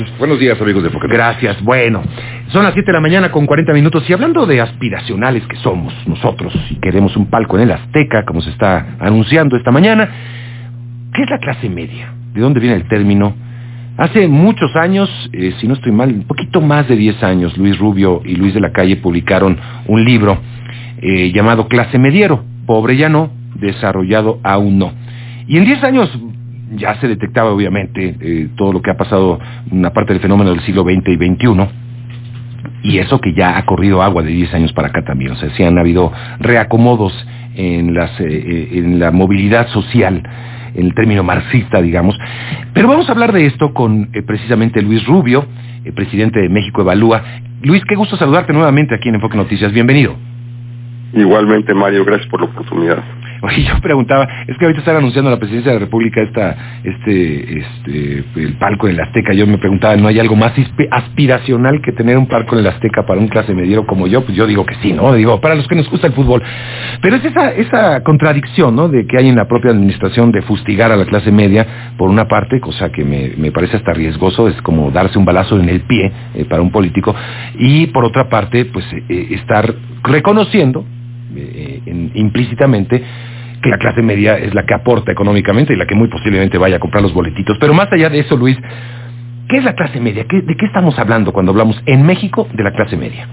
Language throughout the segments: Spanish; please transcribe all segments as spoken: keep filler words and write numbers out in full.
Buenos días, amigos de Pocket. Gracias. Bueno, son las siete de la mañana con cuarenta minutos y hablando de aspiracionales que somos nosotros y queremos un palco en el Azteca, como se está anunciando esta mañana, ¿qué es la clase media? ¿De dónde viene el término? Hace muchos años, eh, si no estoy mal, un poquito más de diez años, Luis Rubio y Luis de la Calle publicaron un libro eh, llamado Clase Mediero, pobre ya no, desarrollado aún no. Y en diez años ya se detectaba obviamente eh, todo lo que ha pasado, una parte del fenómeno del siglo veinte y veintiuno, y eso que ya ha corrido agua de diez años para acá también. O sea, sí han habido reacomodos en, las, eh, en la movilidad social, en el término marxista, digamos. Pero vamos a hablar de esto con eh, precisamente Luis Rubio, eh, presidente de México Evalúa. Luis, qué gusto saludarte nuevamente aquí en Enfoque Noticias. Bienvenido. Igualmente, Mario, gracias por la oportunidad. Oye, yo preguntaba, es que ahorita están anunciando la presidencia de la República esta, este, este, el palco en el Azteca. Yo me preguntaba, ¿no hay algo más aspiracional que tener un palco en el Azteca para un clase mediero como yo? Pues yo digo que sí, ¿no? Digo, para los que nos gusta el fútbol. Pero es esa, esa contradicción, ¿no? De que hay en la propia administración de fustigar a la clase media, por una parte, cosa que me, me parece hasta riesgoso, es como darse un balazo en el pie eh, para un político, y por otra parte, pues eh, estar reconociendo eh, en, implícitamente que la clase media es la que aporta económicamente y la que muy posiblemente vaya a comprar los boletitos. Pero más allá de eso, Luis, ¿qué es la clase media? ¿Qué, ¿De qué estamos hablando cuando hablamos en México de la clase media?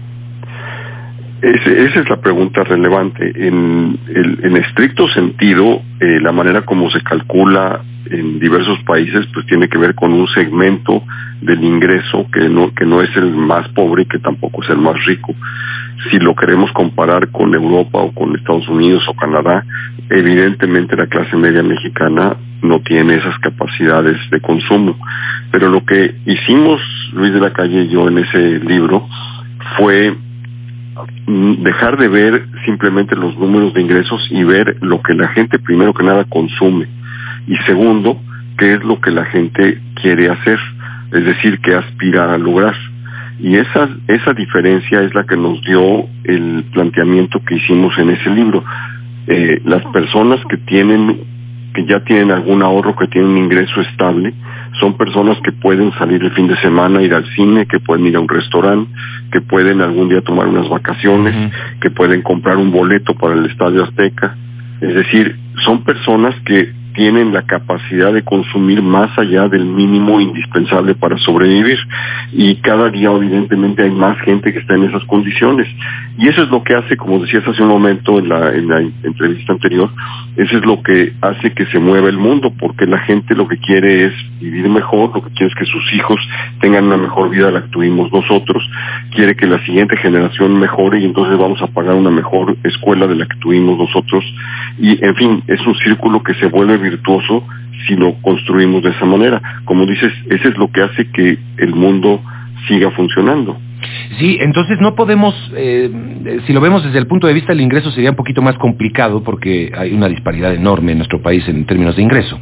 Ese, esa es la pregunta relevante. En, el, en estricto sentido, eh, la manera como se calcula en diversos países, pues tiene que ver con un segmento del ingreso que no, que no es el más pobre y que tampoco es el más rico. Si lo queremos comparar con Europa o con Estados Unidos o Canadá, evidentemente la clase media mexicana no tiene esas capacidades de consumo. Pero lo que hicimos Luis de la Calle y yo en ese libro fue dejar de ver simplemente los números de ingresos y ver lo que la gente primero que nada consume y segundo, qué es lo que la gente quiere hacer, es decir, qué aspira a lograr. Y esa, esa diferencia es la que nos dio el planteamiento que hicimos en ese libro. Eh, las personas que tienen, que ya tienen algún ahorro, que tienen un ingreso estable, son personas que pueden salir el fin de semana, ir al cine, que pueden ir a un restaurante, que pueden algún día tomar unas vacaciones, uh-huh. que pueden comprar un boleto para el Estadio Azteca. Es decir, son personas que tienen la capacidad de consumir más allá del mínimo indispensable para sobrevivir, y cada día evidentemente hay más gente que está en esas condiciones, y eso es lo que hace, como decías hace un momento en la, en la entrevista anterior, eso es lo que hace que se mueva el mundo, porque la gente lo que quiere es vivir mejor, lo que quiere es que sus hijos tengan una mejor vida de la que tuvimos nosotros, quiere que la siguiente generación mejore y entonces vamos a pagar una mejor escuela de la que tuvimos nosotros, y en fin, es un círculo que se vuelve virtuoso si lo construimos de esa manera. Como dices, eso es lo que hace que el mundo siga funcionando. Sí, entonces no podemos, eh, si lo vemos desde el punto de vista del ingreso sería un poquito más complicado porque hay una disparidad enorme en nuestro país en términos de ingreso.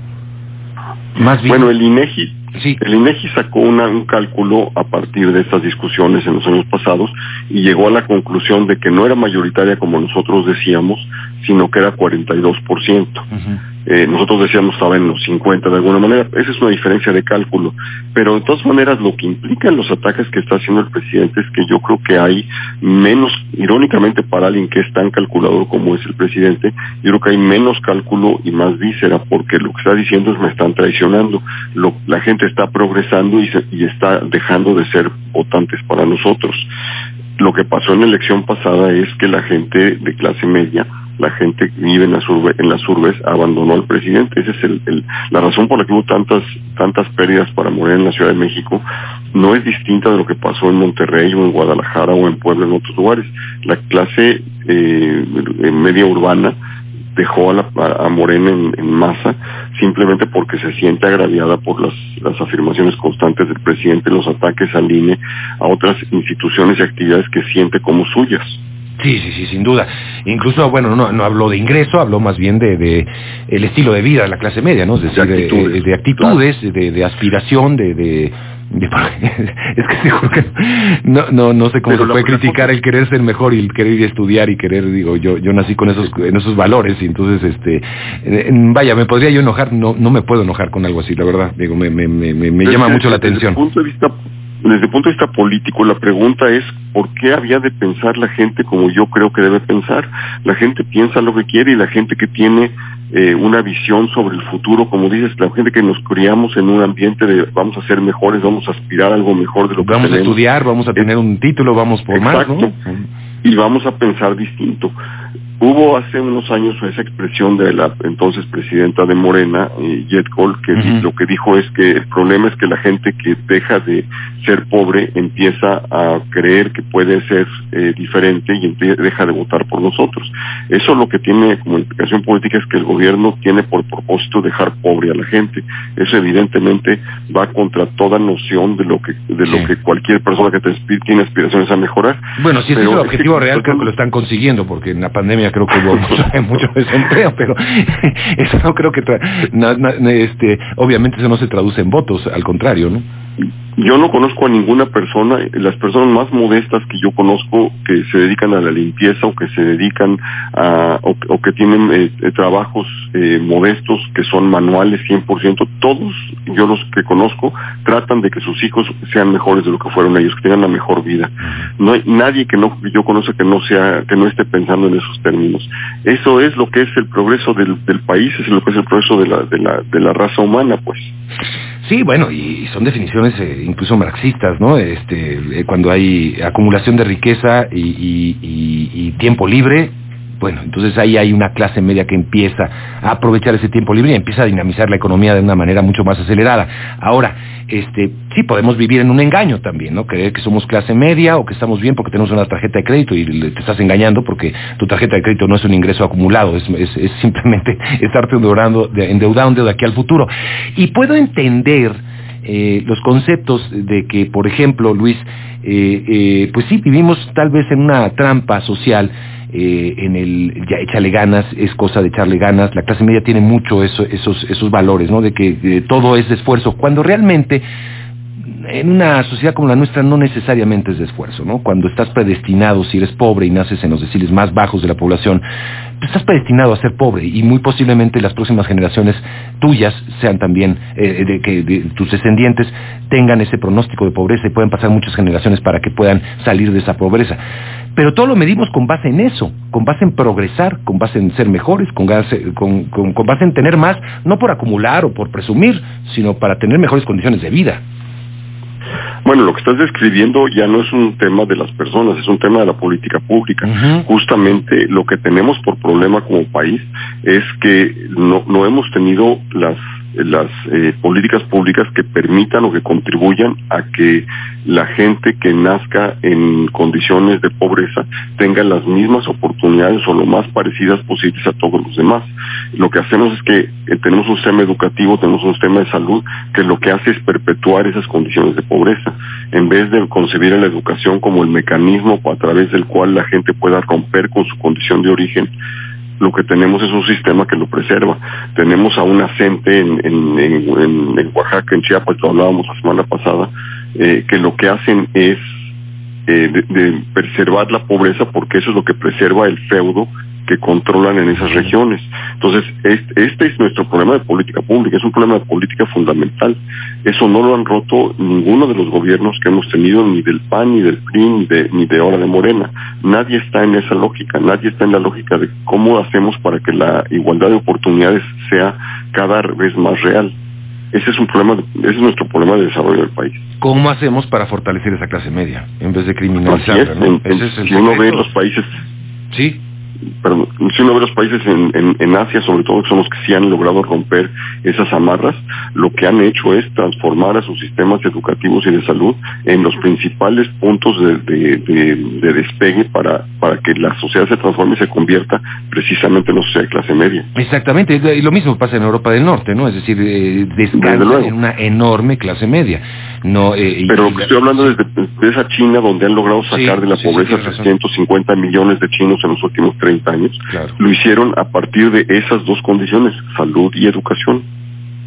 Más bien... Bueno, el INEGI, sí. el INEGI sacó una, un cálculo a partir de estas discusiones en los años pasados y llegó a la conclusión de que no era mayoritaria como nosotros decíamos, sino que era cuarenta y dos por ciento. Uh-huh. Eh, nosotros decíamos estaba en los cincuenta de alguna manera. Esa es una diferencia de cálculo, pero de todas maneras lo que implican los ataques que está haciendo el presidente es que yo creo que hay menos, irónicamente para alguien que es tan calculador como es el presidente, yo creo que hay menos cálculo y más víscera, porque lo que está diciendo es me están traicionando, lo, la gente está progresando y, se, y está dejando de ser votantes para nosotros. Lo que pasó en la elección pasada es que la gente de clase media, la gente que vive en las, urbe, en las urbes, abandonó al presidente. Esa es el, el, la razón por la que hubo tantas tantas pérdidas para Morena en la Ciudad de México. No es distinta de lo que pasó en Monterrey o en Guadalajara o en Puebla, en otros lugares. La clase eh, media urbana dejó a, la, a Morena en, en masa simplemente porque se siente agraviada por las, las afirmaciones constantes del presidente, los ataques al I N E, a otras instituciones y actividades que siente como suyas. Sí, sí, sí, sin duda. Incluso, bueno, no, no habló de ingreso, habló más bien de, de el estilo de vida de la clase media, ¿no? Es decir, de actitudes, de, de, actitudes claro. de, de aspiración, de, de, Es que seguro que no, no, no sé cómo Pero se puede criticar el querer ser mejor y el querer ir a estudiar y querer, digo, yo, yo nací con esos, en esos valores y entonces, este, eh, vaya, me podría yo enojar, no, no me puedo enojar con algo así, la verdad, digo, me, me, me, me llama mucho la atención. Desde el punto de vista Desde el punto de vista político, la pregunta es ¿por qué había de pensar la gente como yo creo que debe pensar? La gente piensa lo que quiere y la gente que tiene eh, una visión sobre el futuro, como dices, la gente que nos criamos en un ambiente de vamos a ser mejores, vamos a aspirar a algo mejor de lo que vamos tenemos. Vamos a estudiar, vamos a tener es, un título, vamos por exacto, más, ¿no? Y vamos a pensar distinto. Hubo hace unos años esa expresión de la entonces presidenta de Morena, eh, Yet Cole, que uh-huh. lo que dijo es que el problema es que la gente que deja de ser pobre empieza a creer que puede ser eh, diferente y empieza, deja de votar por nosotros. Eso lo que tiene como implicación política es que el gobierno tiene por propósito dejar pobre a la gente. Eso evidentemente va contra toda noción de lo que de sí. lo que cualquier persona que te tiene aspiraciones a mejorar. Bueno, si ese es el objetivo real, creo que lo están consiguiendo, porque en la pandemia creo que hubo mucho, mucho desempleo, pero eso no creo que tra- na, na, este obviamente eso no se traduce en votos, al contrario, ¿no? Yo no conozco a ninguna persona, las personas más modestas que yo conozco que se dedican a la limpieza o que se dedican a, o, o que tienen eh, trabajos eh, modestos que son manuales cien por ciento, todos yo los que conozco tratan de que sus hijos sean mejores de lo que fueron ellos, que tengan la mejor vida. No hay nadie que no yo conozco que no sea, que no esté pensando en esos términos. Eso es lo que es el progreso del, del país, es lo que es el progreso de la, de la, de la raza humana, pues. Sí, bueno, y son definiciones eh, incluso marxistas, ¿no? Este, eh, cuando hay acumulación de riqueza y, y, y, y tiempo libre, bueno, entonces ahí hay una clase media que empieza a aprovechar ese tiempo libre y empieza a dinamizar la economía de una manera mucho más acelerada. Ahora, este, sí podemos vivir en un engaño también, ¿no? Creer que somos clase media o que estamos bien porque tenemos una tarjeta de crédito y te estás engañando porque tu tarjeta de crédito no es un ingreso acumulado, es, es, es simplemente estarte endeudando, endeudando de aquí al futuro. Y puedo entender eh, los conceptos de que, por ejemplo, Luis, eh, eh, pues sí, vivimos tal vez en una trampa social. Eh, en el ya échale ganas, es cosa de echarle ganas, la clase media tiene mucho eso, esos esos valores, ¿no? De que de todo es de esfuerzo, cuando realmente en una sociedad como la nuestra no necesariamente es de esfuerzo, ¿no? Cuando estás predestinado, si eres pobre y naces en los deciles más bajos de la población, pues estás predestinado a ser pobre y muy posiblemente las próximas generaciones tuyas sean también, eh, de que de, tus descendientes tengan ese pronóstico de pobreza y puedan pasar muchas generaciones para que puedan salir de esa pobreza. Pero todo lo medimos con base en eso, con base en progresar, con base en ser mejores, con base, con, con, con base en tener más, no por acumular o por presumir, sino para tener mejores condiciones de vida. Bueno, lo que estás describiendo ya no es un tema de las personas, es un tema de la política pública. Uh-huh. Justamente lo que tenemos por problema como país es que no, no hemos tenido las las eh, políticas públicas que permitan o que contribuyan a que la gente que nazca en condiciones de pobreza tenga las mismas oportunidades o lo más parecidas posibles a todos los demás. Lo que hacemos es que eh, tenemos un sistema educativo, tenemos un sistema de salud que lo que hace es perpetuar esas condiciones de pobreza, en vez de concebir a la educación como el mecanismo a través del cual la gente pueda romper con su condición de origen. Lo que tenemos es un sistema que lo preserva. Tenemos a una gente en, en, en, en Oaxaca, en Chiapas, lo hablábamos la semana pasada, eh, que lo que hacen es eh, de, de preservar la pobreza porque eso es lo que preserva el feudo que controlan en esas regiones. Entonces, este, este es nuestro problema de política pública, es un problema de política fundamental. Eso no lo han roto ninguno de los gobiernos que hemos tenido, ni del P A N, ni del P R I, ni de, ni de ahora de Morena. Nadie está en esa lógica, nadie está en la lógica de cómo hacemos para que la igualdad de oportunidades sea cada vez más real. Ese es un problema, ese es nuestro problema de desarrollo del país. ¿Cómo hacemos para fortalecer esa clase media en vez de criminalizarla? Así es, ¿no? en, Ese es el si uno ve los países... Sí. Perdón, si uno ve los países en, en, en Asia, sobre todo, que son los que sí han logrado romper esas amarras, lo que han hecho es transformar a sus sistemas educativos y de salud en los principales puntos de, de, de, de despegue para, para que la sociedad se transforme y se convierta precisamente en una sociedad de clase media. Exactamente, y lo mismo pasa en Europa del Norte, ¿no? Es decir, eh, descansa en una enorme clase media. No, eh, Pero lo que estoy hablando es de, de esa China donde han logrado sacar sí, de la sí, pobreza sí, trescientos cincuenta millones de chinos en los últimos treinta años. Claro. Lo hicieron a partir de esas dos condiciones, salud y educación.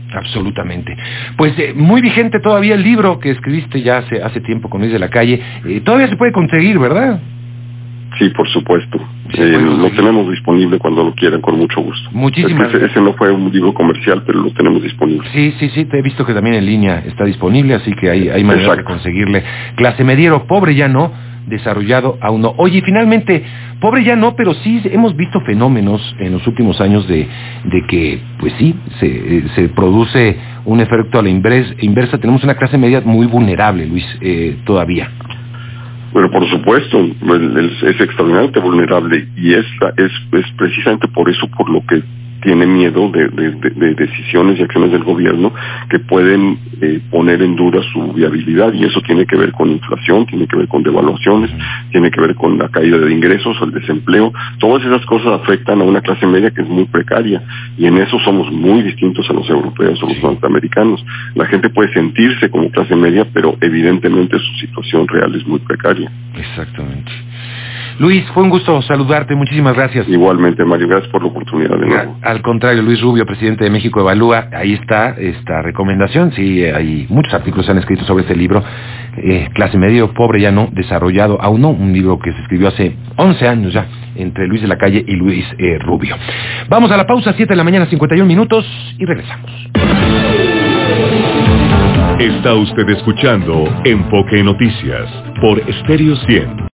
Absolutamente. Pues eh, muy vigente todavía el libro que escribiste ya hace, hace tiempo con Luis de la Calle. Eh, todavía se puede conseguir, ¿verdad? Sí, por supuesto. Eh, lo tenemos disponible cuando lo quieran, con mucho gusto. Muchísimas es que ese, ese no fue un libro comercial, pero lo tenemos disponible. Sí, sí, sí, te he visto que también en línea está disponible, así que hay, hay manera de conseguirle. Clase mediero, pobre ya no, desarrollado aún no. Oye, finalmente, pobre ya no, pero sí hemos visto fenómenos en los últimos años de, de que, pues sí, se, se produce un efecto a la inversa, inversa. Tenemos una clase media muy vulnerable, Luis, eh, todavía. Bueno, por supuesto, es, es extraordinariamente vulnerable y es, es, es precisamente por eso por lo que tiene miedo de, de, de, de decisiones y acciones del gobierno que pueden eh, poner en duda su viabilidad, y eso tiene que ver con inflación, tiene que ver con devaluaciones, tiene que ver con la caída de ingresos, el desempleo. Todas esas cosas afectan a una clase media que es muy precaria, y en eso somos muy distintos a los europeos o los norteamericanos. La gente puede sentirse como clase media, pero evidentemente su situación real es muy precaria. Exactamente. Luis, fue un gusto saludarte, muchísimas gracias. Igualmente, Mario, gracias por la oportunidad de nuevo. Al contrario, Luis Rubio, presidente de México Evalúa, ahí está esta recomendación. Sí, hay muchos artículos que se han escrito sobre este libro, eh, Clase Medio, Pobre ya no, Desarrollado aún no, un libro que se escribió hace once años ya, entre Luis de la Calle y Luis eh, Rubio. Vamos a la pausa, siete de la mañana, cincuenta y un minutos, y regresamos. Está usted escuchando Enfoque Noticias por Stereo cien.